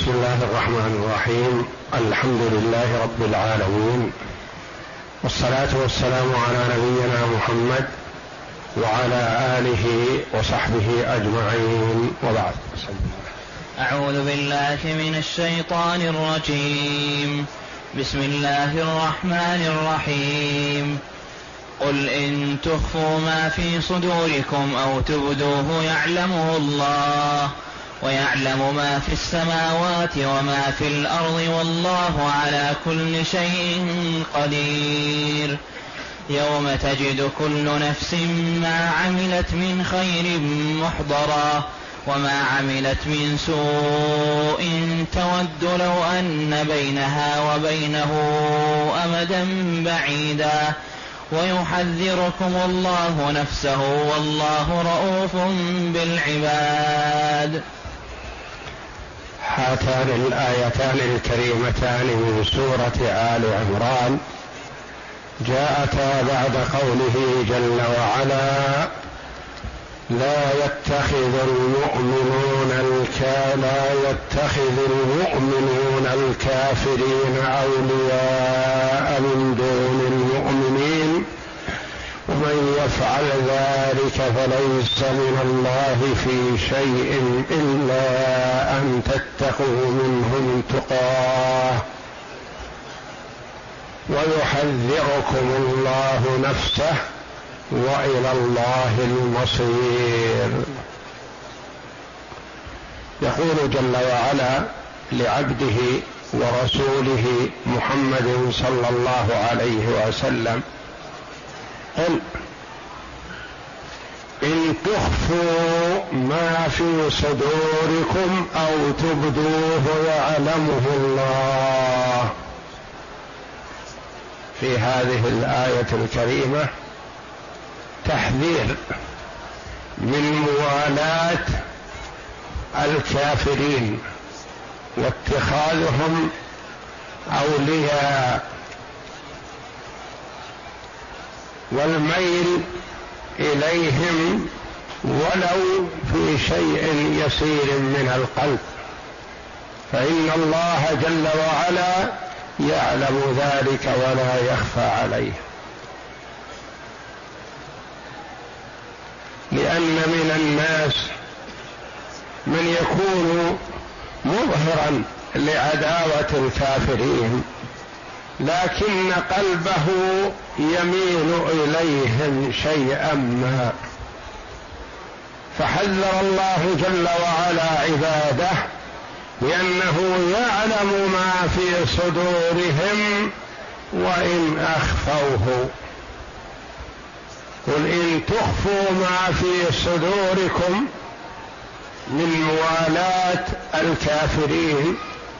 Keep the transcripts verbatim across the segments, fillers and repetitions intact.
بسم الله الرحمن الرحيم. الحمد لله رب العالمين، والصلاة والسلام على نبينا محمد وعلى آله وصحبه أجمعين، وبعد. أعوذ بالله من الشيطان الرجيم. بسم الله الرحمن الرحيم. قل إن تخفوا ما في صدوركم أو تبدوه يعلمه الله، ويعلم ما في السماوات وما في الأرض، والله على كل شيء قدير. يوم تجد كل نفس ما عملت من خير محضرا، وما عملت من سوء تود لو أن بينها وبينه أمدا بعيدا، ويحذركم الله نفسه، والله رؤوف بالعباد. هاتان الآيتان الكريمتان من سورة آل عمران جاءتا بعد قوله جل وعلا: لا يتخذ المؤمنون الكا لا يتخذ المؤمنون الكافرين أولياء من دون المؤمنين، ومن يفعل ذلك فليس من الله في شيء إلا أن تتقوا منهم تقاه، ويحذركم الله نفسه، وإلى الله المصير. يقول جل وعلا لعبده ورسوله محمد صلى الله عليه وسلم: قل إن تخفوا ما في صدوركم أو تبدوه يعلمه الله. في هذه الآية الكريمة تحذير من موالاة الكافرين واتخاذهم أولياء، والميل إليهم ولو في شيء يسير من القلب، فإن الله جل وعلا يعلم ذلك ولا يخفى عليه. لأن من الناس من يكون مظهرا لعداوة الكافرين، لكن قلبه يميل إليهم شيئا ما، فحذر الله جل وعلا عباده لأنه يعلم ما في صدورهم وإن أخفوه. قل إن تخفوا ما في صدوركم من موالاة الكافرين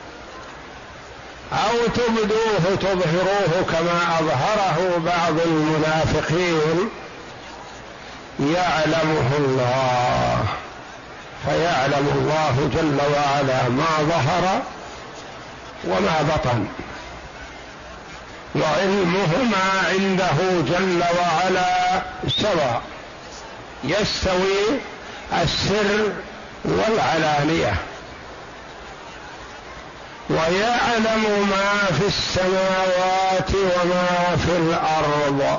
أو تبدوه تظهروه كما أظهره بعض المنافقين يعلمه الله، فيعلم الله جل وعلا ما ظهر وما بطن، وعلمهما عنده جل وعلا سواء، يستوي السر والعلانية. ويعلم ما في السماوات وما في الأرض.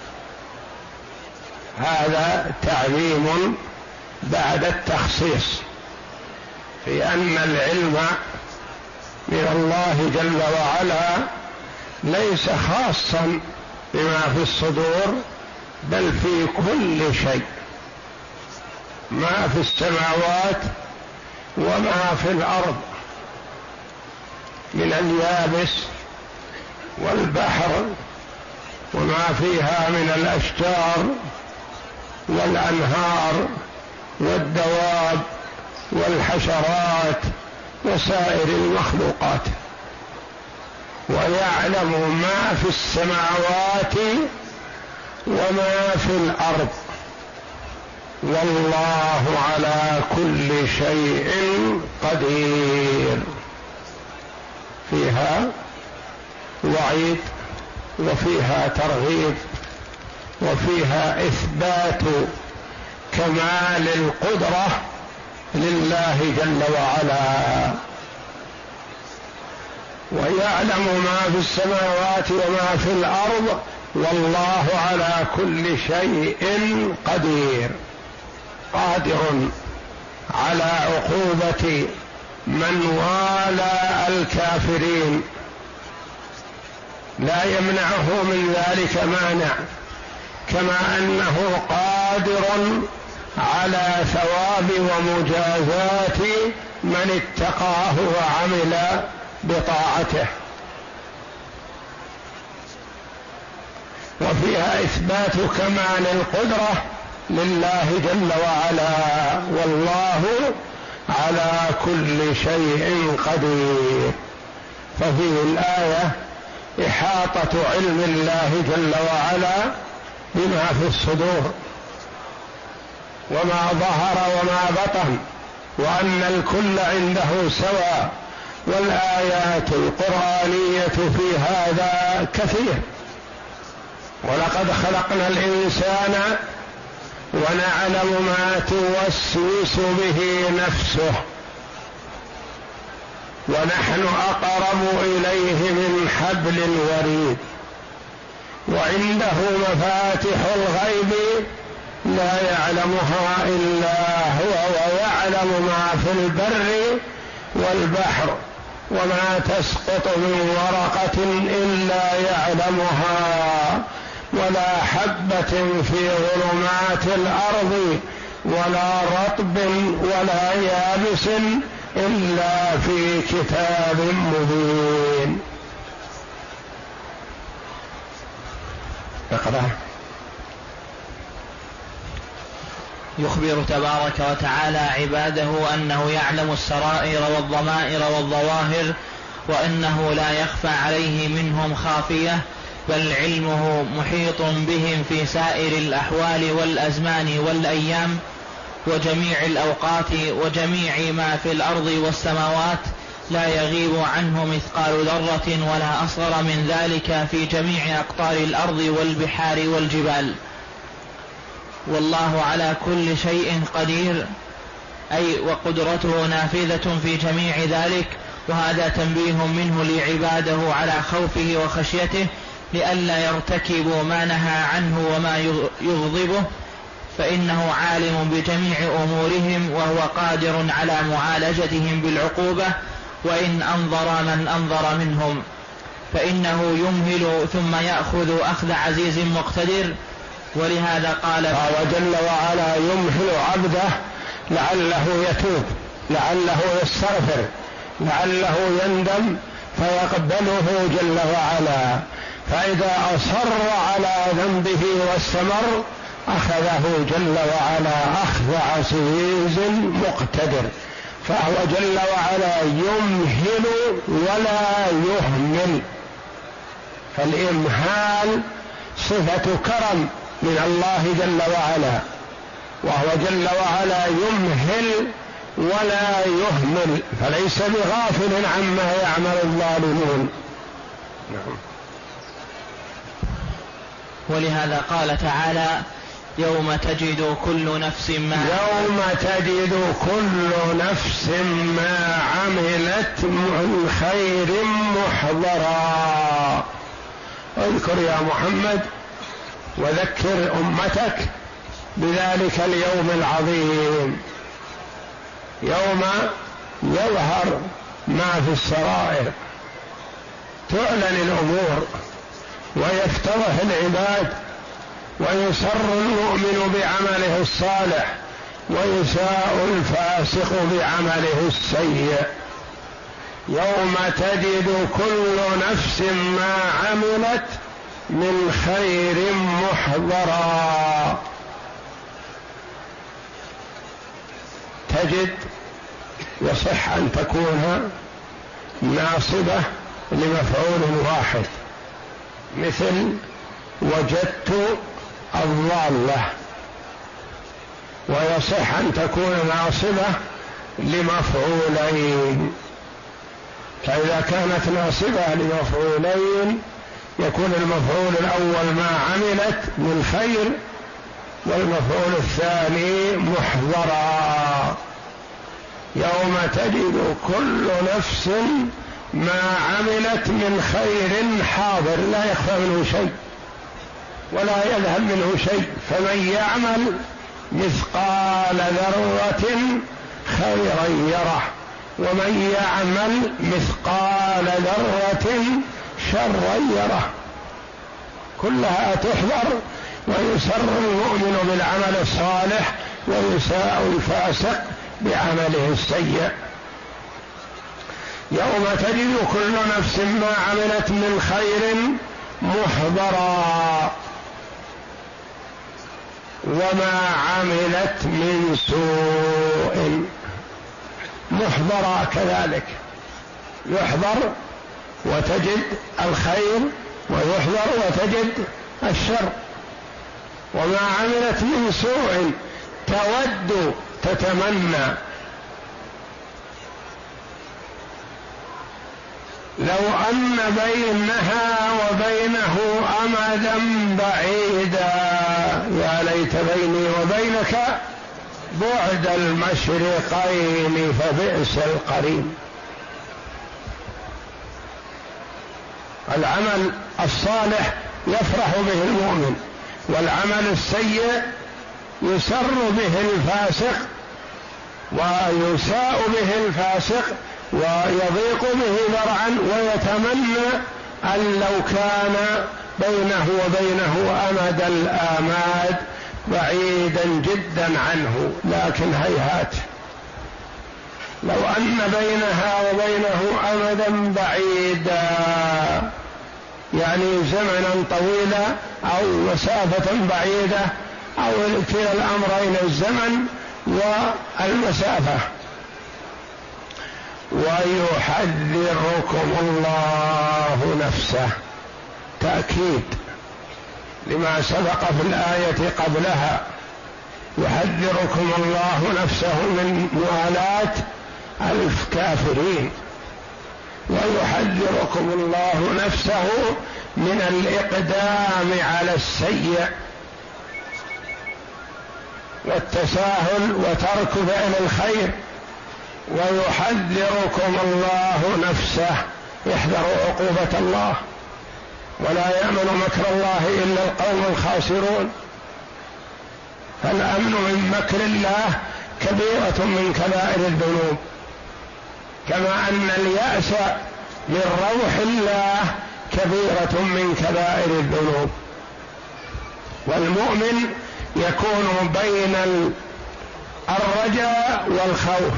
هذا تعميم بعد التخصيص، في أن العلم من الله جل وعلا ليس خاصا بما في الصدور، بل في كل شيء، ما في السماوات وما في الأرض من اليابس والبحر، وما فيها من الأشجار والأنهار والدواب والحشرات وسائر المخلوقات. ويعلم ما في السماوات وما في الأرض، والله على كل شيء قدير. فيها وعيد وفيها ترغيب وفيها إثبات كمال القدرة لله جل وعلا، ويعلم ما في السماوات وما في الأرض، والله على كل شيء قدير. قادر على عقوبة من والى الكافرين، لا يمنعه من ذلك مانع، كما أنه قادر على ثواب ومجازاة من اتقاه وعمل بطاعته. وفيها إثبات كمال القدرة لله جل وعلا، والله على كل شيء قدير. ففيه الآية إحاطة علم الله جل وعلا بما في الصدور وما ظهر وما بطن، وأن الكل عنده سواء. والآيات القرآنية في هذا كثير. ولقد خلقنا الإنسان ونعلم ما توسوس به نفسه ونحن أقرب إليه من حبل الوريد، وعنده مفاتح الغيب لا يعلمها إلا هو، ويعلم ما في البر والبحر، وما تسقط من ورقة إلا يعلمها، ولا حبة في ظلمات الأرض ولا رطب ولا يابس إلا في كتاب مبين. اقرأ. يخبر تبارك وتعالى عباده أنه يعلم السرائر والضمائر والظواهر، وأنه لا يخفى عليه منهم خافية، بل علمه محيط بهم في سائر الأحوال والأزمان والأيام وجميع الأوقات وجميع ما في الأرض والسماوات، لا يغيب عنه مثقال ذرة ولا أصغر من ذلك في جميع أقطار الأرض والبحار والجبال. والله على كل شيء قدير، أي وقدرته نافذة في جميع ذلك. وهذا تنبيه منه لعباده على خوفه وخشيته، لئلا يرتكبوا ما نهى عنه وما يغضبه، فإنه عالم بجميع أمورهم، وهو قادر على معالجتهم بالعقوبة، وإن أنظر من أنظر منهم فإنه يمهل ثم يأخذ أخذ عزيز مقتدر. ولهذا قال فهو جل وعلا يمهل عبده لعله يتوب، لعله يستغفر، لعله يندم فيقبله جل وعلا. فإذا أصر على ذنبه واستمر أخذه جل وعلا أخذ عزيز مقتدر. فهو جل وعلا يمهل ولا يهمل، فالإمهال صفة كرم من الله جل وعلا، وهو جل وعلا يمهل ولا يهمل، فليس بغافل عما يعمل الظالمون. نعم. ولهذا قال تعالى: يوم تجد كل نفس ما يوم تجد كل نفس ما عملت من خير محضرا. اذكر يا محمد وذكر أمتك بذلك اليوم العظيم، يوم يظهر ما في السرائر، تعلن الأمور ويفتضح العباد، ويسر المؤمن بعمله الصالح ويساء الفاسق بعمله السيء. يوم تجد كل نفس ما عملت من خير محضرا. تجد يصح أن تكون ناصبة لمفعول واحد، مثل وجدت الضالة، ويصح أن تكون ناصبة لمفعولين. فإذا كانت ناصبة لمفعولين يكون المفعول الأول ما عملت من خير، والمفعول الثاني محضرا. يوم تجد كل نفس ما عملت من خير حاضر لا يخفى منه شيء ولا يذهب منه شيء، فمن يعمل مثقال ذرة خيرا يره ومن يعمل مثقال ذرة شرا يره. كلها تحضر، ويسر المؤمن بالعمل الصالح ويساء الفاسق بعمله السيء. يوم تجد كل نفس ما عملت من خير محضرا وما عملت من سوء محضرا كذلك، يحضر وتجد الخير ويحضر وتجد الشر. وما عملت من سوء تود تتمنى لو أن بينها وبينه أمدا بعيدا يا ليت بيني وبينك بعد المشرقين فبئس القرين. العمل الصالح يفرح به المؤمن، والعمل السيء يسر به الفاسق ويساء به الفاسق ويضيق به ذرعا، ويتمنى أن لو كان بينه وبينه أمد الآماد بعيدا جدا عنه، لكن هيهات. لو أن بينها وبينه أمدا بعيدا يعني زمنا طويلا أو مسافة بعيدة أو كلا الأمرين الزمن والمسافة. ويحذركم الله نفسه، تأكيد لما سبق في الآية قبلها، يحذركم الله نفسه من موالاة الكافرين، ويحذركم الله نفسه من الإقدام على السيء والتساهل وترك فعل الخير. ويحذركم الله نفسه، احذروا عقوبة الله، ولا يأمن مكر الله إلا القوم الخاسرون. فالأمن من مكر الله كبيرة من كبائر الذنوب، كما أن اليأس من روح الله كبيرة من كبائر الذنوب. والمؤمن يكون بين الرجاء والخوف،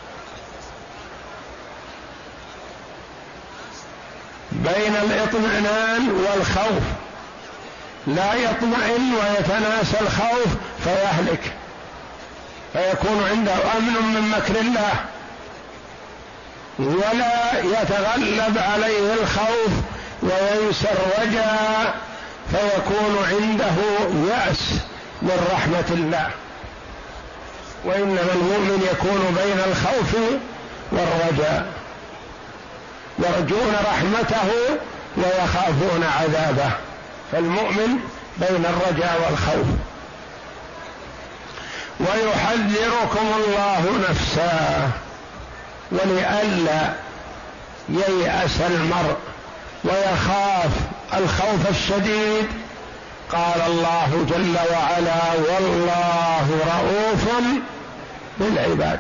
بين الاطمئنان والخوف، لا يطمئن ويتناسى الخوف فيهلك، فيكون عنده أمن من مكر الله، ولا يتغلب عليه الخوف وينسى الرجاء فيكون عنده يأس من رحمة الله. وإنما المؤمن يكون بين الخوف والرجاء، يرجون رحمته ويخافون عذابه، فالمؤمن بين الرجاء والخوف. ويحذركم الله نفسه، ولئلا ييأس المرء ويخاف الخوف الشديد قال الله جل وعلا: والله رؤوف بالعباد.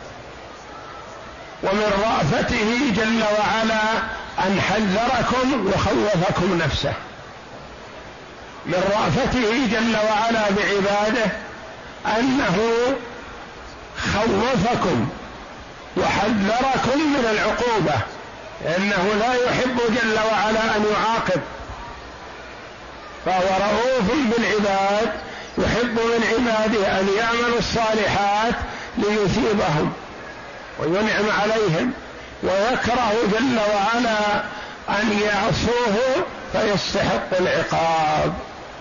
ومن رأفته جل وعلا أن حذركم وخوفكم نفسه. من رأفته جل وعلا بعباده أنه خوفكم وحذركم من العقوبة، لأنه لا يحب جل وعلا أن يعاقب، فهو رؤوف بالعباد، يحب من عباده أن يعملوا الصالحات ليثيبهم وينعم عليهم، ويكره جل وعلا أن يعصوه فيستحق العقاب.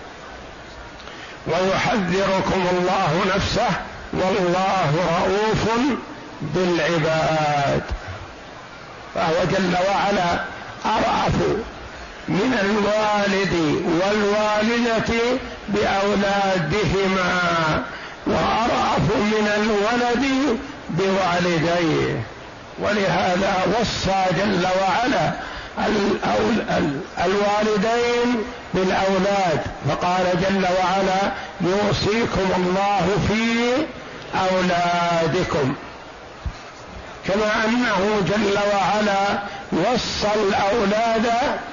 ويحذركم الله نفسه والله رؤوف بالعباد، فهو جل وعلا أرأف من الوالد والوالدة بأولادهما، وأرأف من الولد بوالديه. ولهذا وصى جل وعلا الوالدين بالأولاد، فقال جل وعلا يوصيكم الله في أولادكم، كما أنه جل وعلا وصى الأولاد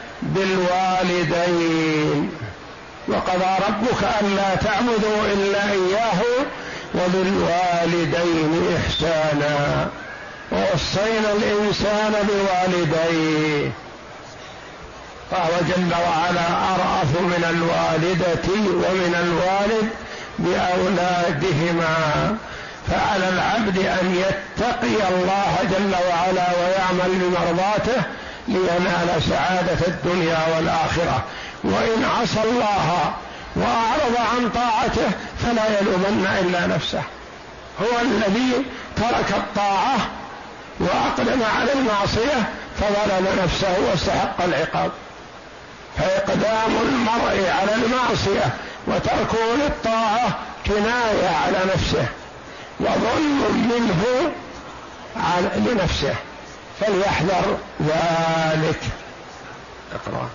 بالوالدين. وقضى ربك ألا تعبدوا إلا إياه وبالوالدين إحسانا ووصينا الإنسان بوالديه، فهو جل وعلا أرأف من الوالدة ومن الوالد بأولادهما. فعلى العبد أن يتقي الله جل وعلا ويعمل بمرضاته لينال سعادة الدنيا والآخرة، وإن عصى الله وأعرض عن طاعته فلا يلومن إلا نفسه، هو الذي ترك الطاعة وأقدم على المعصية فظلم نفسه واستحق العقاب. فإقدام المرء على المعصية وتركه للطاعة كناية على نفسه وظلم منه لنفسه، فليحذر ذلك. اقرأ.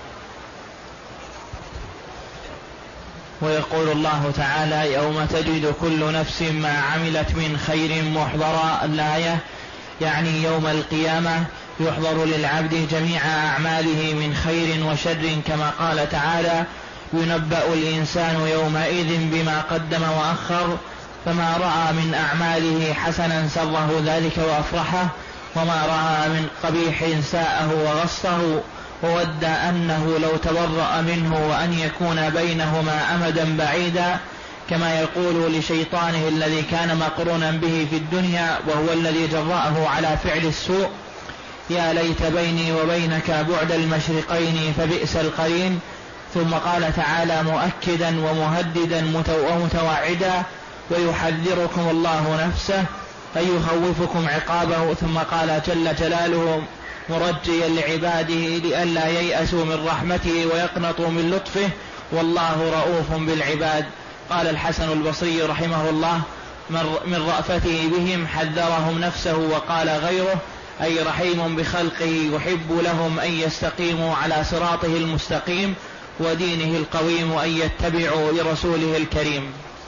ويقول الله تعالى يوم تجد كل نفس ما عملت من خير محضرا، الآية يعني يوم القيامة يحضر للعبد جميع أعماله من خير وشر، كما قال تعالى ينبأ الإنسان يومئذ بما قدم وأخر، فما رأى من أعماله حسنا سره ذلك وأفرحه، وما رأى من قبيح ساءه وغصه، وود أنه لو تبرأ منه وأن يكون بينهما أمدا بعيدا، كما يقول لشيطانه الذي كان مقرونا به في الدنيا وهو الذي جرأه على فعل السوء يا ليت بيني وبينك بعد المشرقين فبئس القرين. ثم قال تعالى مؤكدا ومهددا ومتوعدا ويحذركم الله نفسه أي يخوفكم عقابه. ثم قال جل جلاله مرجيا لعباده لئلا ييأسوا من رحمته ويقنطوا من لطفه والله رؤوف بالعباد. قال الحسن البصري رحمه الله من رأفته بهم حذرهم نفسه، وقال غيره أي رحيم بخلقه يحب لهم أن يستقيموا على صراطه المستقيم ودينه القويم وأن يتبعوا لرسوله الكريم.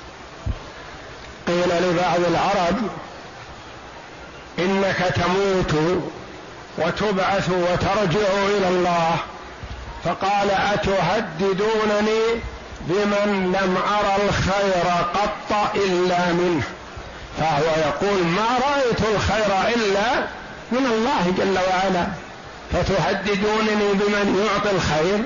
قيل لبعض العرب إنك تموت وتبعث وترجع إلى الله، فقال أتهددونني بمن لم أرى الخير قط إلا منه، فهو يقول ما رأيت الخير إلا من الله جل وعلا، فتهددونني بمن يعطي الخير؟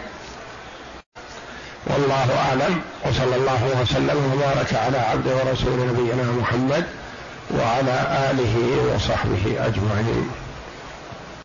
والله أعلم، وصلى الله وسلم وبارك على عبده ورسول نبينا محمد وعلى آله وصحبه أجمعين.